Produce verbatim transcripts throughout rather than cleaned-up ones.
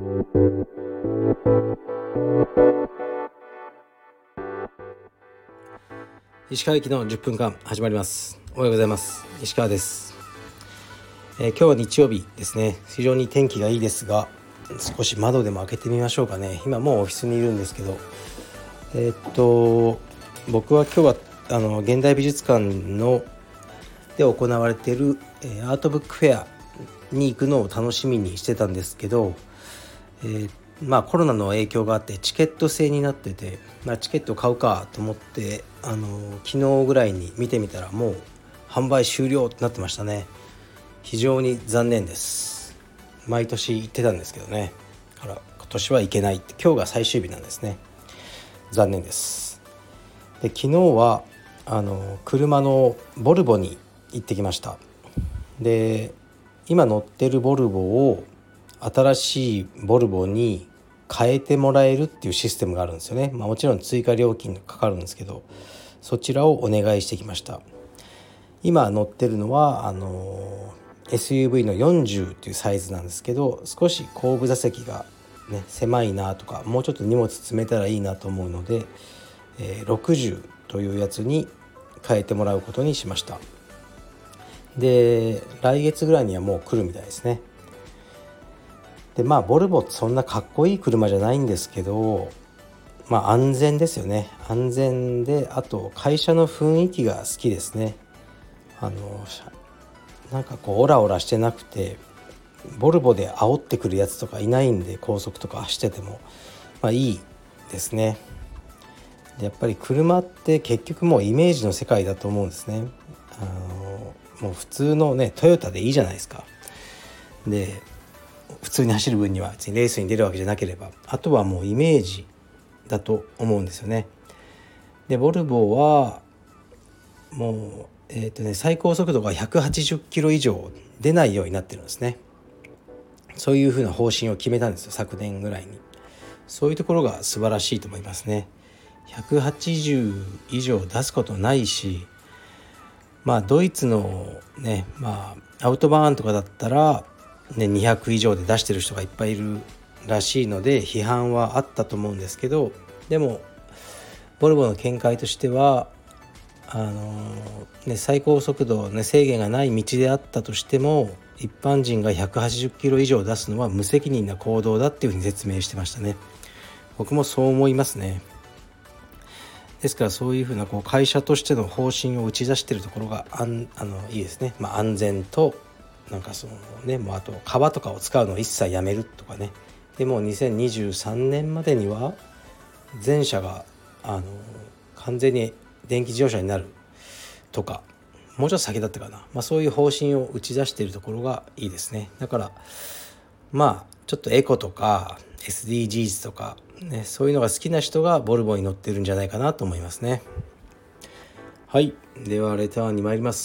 石川行きのじゅっぷんかん始まります。おはようございます。石川です。えー、今日は日曜日ですね。非常に天気がいいですが、少し窓でも開けてみましょうかね。今もうオフィスにいるんですけど、えー、っと僕は今日はあの現代美術館ので行われている、えー、アートブックフェアに行くのを楽しみにしてたんですけど、えーまあコロナの影響があってチケット制になってて、まあ、チケット買うかと思ってあの昨日ぐらいに見てみたらもう販売終了となってましたね。非常に残念です。毎年行ってたんですけどね。だから今年は行けないって、今日が最終日なんですね。残念です。で昨日はあの車のボルボに行ってきました。で今乗ってるボルボを新しいボルボに変えてもらえるっていうシステムがあるんですよね。まあ、もちろん追加料金がかかるんですけど、そちらをお願いしてきました。今乗ってるのはあの エスユーブイ のよんじゅうというサイズなんですけど、少し後部座席が、ね、狭いなとか、もうちょっと荷物詰めたらいいなと思うので、えー、ろくじゅうというやつに変えてもらうことにしました。で来月ぐらいにはもう来るみたいですね。でまあボルボってそんなかっこいい車じゃないんですけど、まあ安全ですよね。安全で、あと会社の雰囲気が好きですね。あのなんかこうオラオラしてなくて、ボルボで煽ってくるやつとかいないんで、高速とか走っててもまあいいですね。でやっぱり車って結局もうイメージの世界だと思うんですね。あのもう普通のねトヨタでいいじゃないですか。で普通に走る分には別にレースに出るわけじゃなければ、あとはもうイメージだと思うんですよね。でボルボはもう、えーとね、最高速度がひゃくはちじゅっキロ以上出ないようになってるんですね。そういうふうな方針を決めたんですよ、昨年ぐらいに。そういうところが素晴らしいと思いますね。ひゃくはちじゅう以上出すことないし、まあドイツのね、まあアウトバーンとかだったらね、にひゃく以上で出してる人がいっぱいいるらしいので批判はあったと思うんですけど、でもボルボの見解としてはあの、ね、最高速度、ね、制限がない道であったとしても一般人がひゃくはちじゅっキロ以上出すのは無責任な行動だっていうふうに説明してましたね。僕もそう思いますね。ですからそういうふうなこう会社としての方針を打ち出しているところがあんあのいいですね。まあ、安全となんかそのね、もうあと革とかを使うのを一切やめるとかね。でもにせんにじゅうさんねんまでには全車があの完全に電気自動車になるとか、もうちょっと先だったかな、まあ、そういう方針を打ち出しているところがいいですね。だからまあちょっとエコとか エスディージーズ とか、ね、そういうのが好きな人がボルボに乗ってるんじゃないかなと思いますね。はい、ではレターに参ります。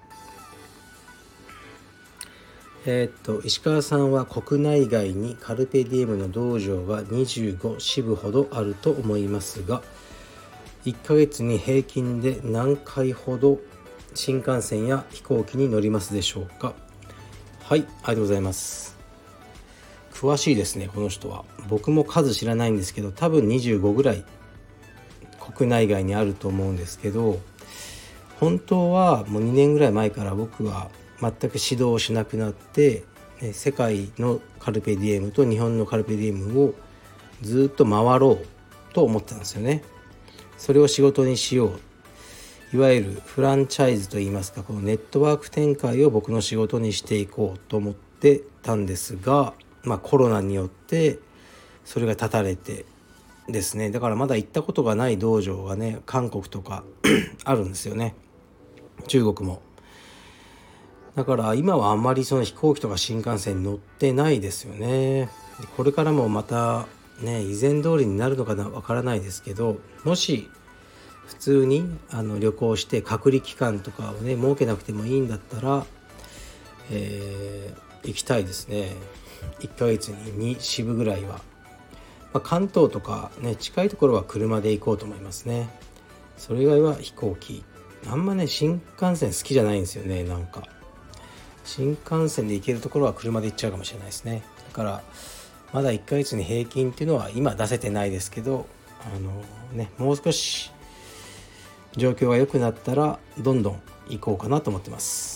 えー、っと石川さんは国内外にカルペディエムの道場がにじゅうご支部ほどあると思いますが、いっかげつに平均で何回ほど新幹線や飛行機に乗りますでしょうか。はい、ありがとうございます。詳しいですね、この人は。僕も数知らないんですけど、多分にじゅうごぐらい国内外にあると思うんですけど、本当はもうにねんぐらい前から僕は全く指導をしなくなって、世界のカルペディエムと日本のカルペディエムをずっと回ろうと思ってたんですよね。それを仕事にしよう、いわゆるフランチャイズといいますか、このネットワーク展開を僕の仕事にしていこうと思ってたんですが、まあコロナによってそれが断たれてですね。だからまだ行ったことがない道場がね、韓国とかあるんですよね、中国も。だから今はあんまりその飛行機とか新幹線に乗ってないですよね。これからもまたね、以前通りになるのかな、わからないですけど、もし普通にあの旅行して隔離期間とかをね設けなくてもいいんだったら、えー、行きたいですね。いっかげつにに支部ぐらいは、まあ、関東とかね近いところは車で行こうと思いますね。それ以外は飛行機。あんまね新幹線好きじゃないんですよね。なんか新幹線で行けるところは車で行っちゃうかもしれないですね。だからまだいっかげつに平均っていうのは今出せてないですけど、あのね、もう少し状況が良くなったらどんどん行こうかなと思ってます。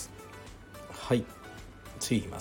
はい、次いきます。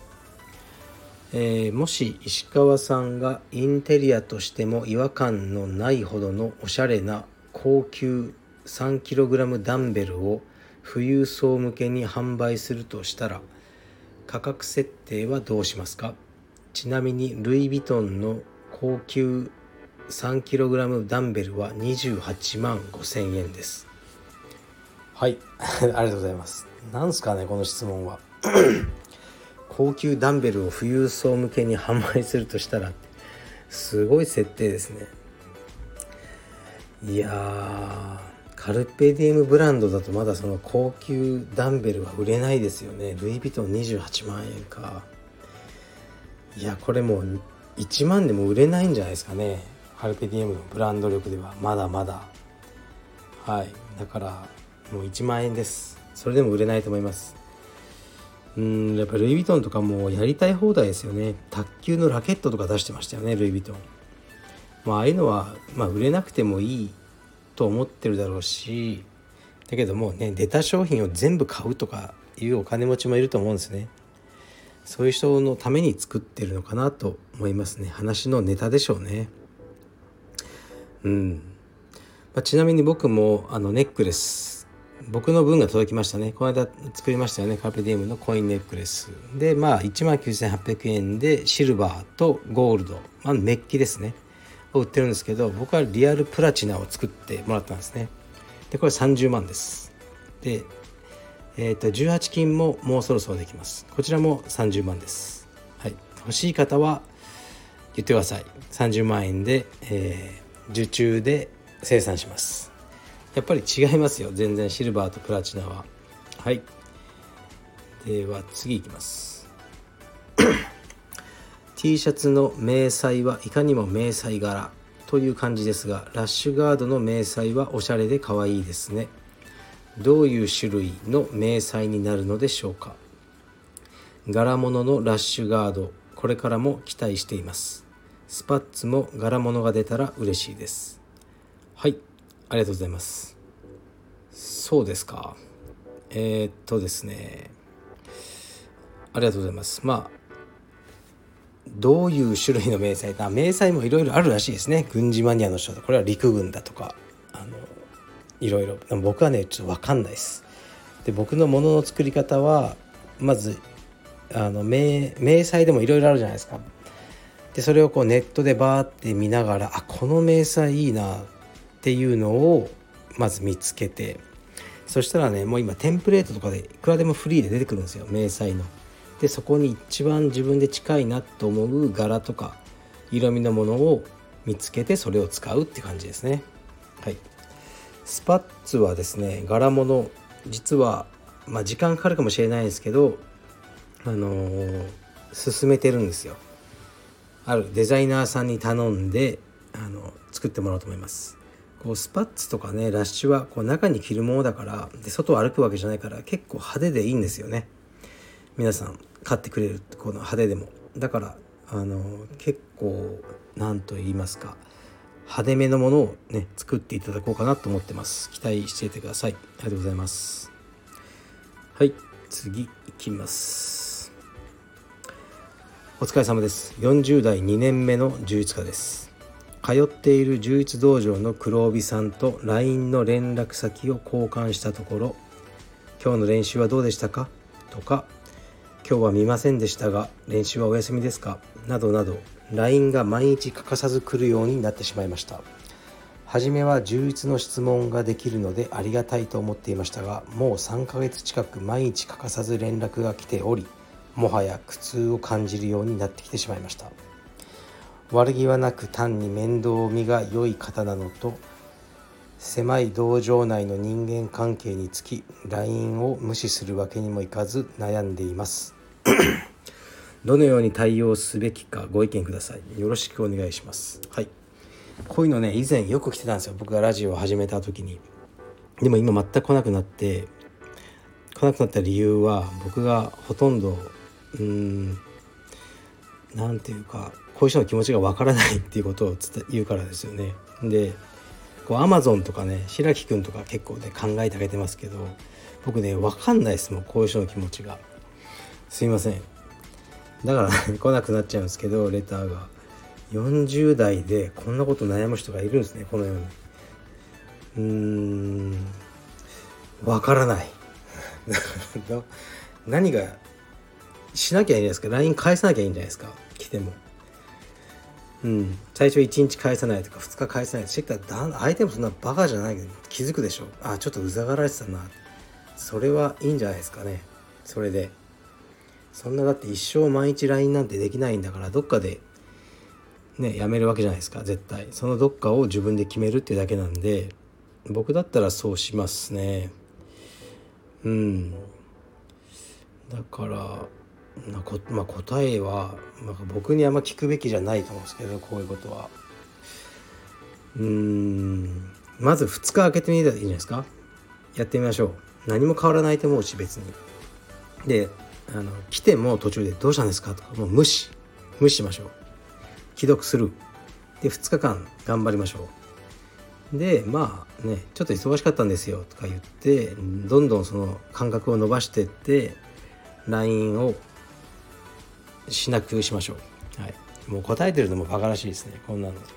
えー、もし石川さんがインテリアとしても違和感のないほどのおしゃれな高級 さんキログラム ダンベルを富裕層向けに販売するとしたら価格設定はどうしますか？ちなみにルイ・ヴィトンの高級 さんキログラム ダンベルはにじゅうはちまんごせんえんです。はいありがとうございます。なんすかねこの質問は高級ダンベルを富裕層向けに販売するとしたらすごい設定ですね。いやー、カルペディエムブランドだとまだその高級ダンベルは売れないですよね。ルイ・ヴィトンにじゅうはちまんえんか。いやこれもういちまんでも売れないんじゃないですかね。カルペディエムのブランド力ではまだまだ。はい、だからもういちまんえんです。それでも売れないと思います。うーんやっぱルイ・ヴィトンとかもやりたい放題ですよね。卓球のラケットとか出してましたよね、ルイ・ヴィトン。まあ、ああいうのは、まあ、売れなくてもいいと思ってるだろうし、だけどもね、出た商品を全部買うとかいうお金持ちもいると思うんですね。そういう人のために作ってるのかなと思いますね。話のネタでしょうね。うん、まあ、ちなみに僕もあのネックレス、僕の分が届きましたね。この間作りましたよね、カーペディエムのコインネックレスで、まあいちまんきゅうせんはっぴゃくえんでシルバーとゴールド、まあ、メッキですねを売ってるんですけど、僕はリアルプラチナを作ってもらったんですね。でこれさんじゅうまんです。で、えー、とじゅうはち金ももうそろそろできます。こちらもさんじゅうまんです。はい、欲しい方は言ってください。さんじゅうまんえんで、えー、受注で生産します。やっぱり違いますよ、全然シルバーとプラチナは。はい、では次いきます。T シャツの迷彩はいかにも迷彩柄という感じですが、ラッシュガードの迷彩はおしゃれで可愛いですね。どういう種類の迷彩になるのでしょうか？柄物のラッシュガード、これからも期待しています。スパッツも柄物が出たら嬉しいです。はい、ありがとうございます。そうですか。えー、っとですねありがとうございます。まあどういう種類の迷彩、迷彩もいろいろあるらしいですね。軍事マニアの人だ、これは陸軍だとか、あのいろいろ。僕はねちょっと分かんないです。で僕のものの作り方はまずあの 迷, 迷彩でもいろいろあるじゃないですか。でそれをこうネットでバーって見ながら、あこの迷彩いいなっていうのをまず見つけて、そしたらねもう今テンプレートとかでいくらでもフリーで出てくるんですよ、迷彩の。でそこに一番自分で近いなと思う柄とか色味のものを見つけてそれを使うって感じですね。はい、スパッツはですね柄物、実はまあ時間かかるかもしれないですけど、あのー、進めてるんですよ。あるデザイナーさんに頼んであの作ってもらおうと思います。こうスパッツとかねラッシュはこう中に着るものだから、で外を歩くわけじゃないから結構派手でいいんですよね。皆さん買ってくれるこの派手でも。だからあの結構なんと言いますか、派手めのものをね作っていただこうかなと思ってます。期待していてください。ありがとうございます。はい、次いきます。お疲れ様です。よんじゅう代にねんめの柔術家です。通っている柔術道場の黒帯さんと ライン の連絡先を交換したところ、今日の練習はどうでしたかとか、今日は見ませんでしたが練習はお休みですかなどなど ライン が毎日欠かさず来るようになってしまいました。はじめは充実の質問ができるのでありがたいと思っていましたが、もうさんかげつ近く毎日欠かさず連絡が来ており、もはや苦痛を感じるようになってきてしまいました。悪気はなく単に面倒見が良い方なのと、狭い道場内の人間関係につき ライン を無視するわけにもいかず悩んでいますどのように対応すべきかご意見ください。よろしくお願いします。はい、こういうのね以前よく来てたんですよ、僕がラジオを始めた時に。でも今全く来なくなって来なくなった理由は、僕がほとんどうーんなんていうかこういう人の気持ちがわからないっていうことをつ言うからですよね。でこうアマゾンとかね白木くんとか結構ね考えてあげてますけど、僕ねわかんないですもん、こういう人の気持ちが。すいません、だから、ね、来なくなっちゃうんですけど、レターがよんじゅう代でこんなこと悩む人がいるんですね、このように。うーんわからない何がしなきゃいいんですか。 ライン 返さなきゃいいんじゃないですか、来ても。うん、最初いちにち返さないとかふつか返さないとしてきたら、相手もそんなバカじゃないけど気づくでしょ。あ、ちょっとうざがられてたな、それはいいんじゃないですかね。それでそんな、だって一生毎日 ライン なんてできないんだから、どっかでねやめるわけじゃないですか、絶対。そのどっかを自分で決めるっていうだけなんで、僕だったらそうしますね。うんだからなこ、まあ、答えは、まあ、僕にあんま聞くべきじゃないと思うんですけど、こういうことはうーんまずふつか空けてみたらいいんじゃないですか。やってみましょう。何も変わらないと思うし、別に。であの来ても途中でどうしたんですかとかもう無視無視しましょう。既読する。でふつかかん頑張りましょう。でまあねちょっと忙しかったんですよとか言ってどんどんその間隔を伸ばしてって ライン をしなくしましょう。はい、もう答えてるのもバカらしいですね、こんなの。はい、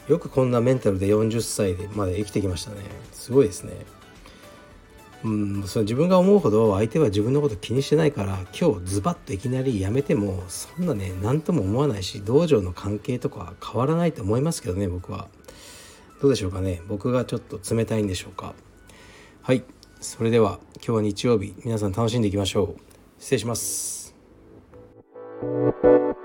よくこんなメンタルでよんじゅっさいでまで生きてきましたね。すごいですね。うん、その自分が思うほど相手は自分のこと気にしてないから、今日ズバッといきなりやめてもそんなね何とも思わないし、道場の関係とかは変わらないと思いますけどね。僕はどうでしょうかね。僕がちょっと冷たいんでしょうか。はい、それでは今日は日曜日、皆さん楽しんでいきましょう。失礼します。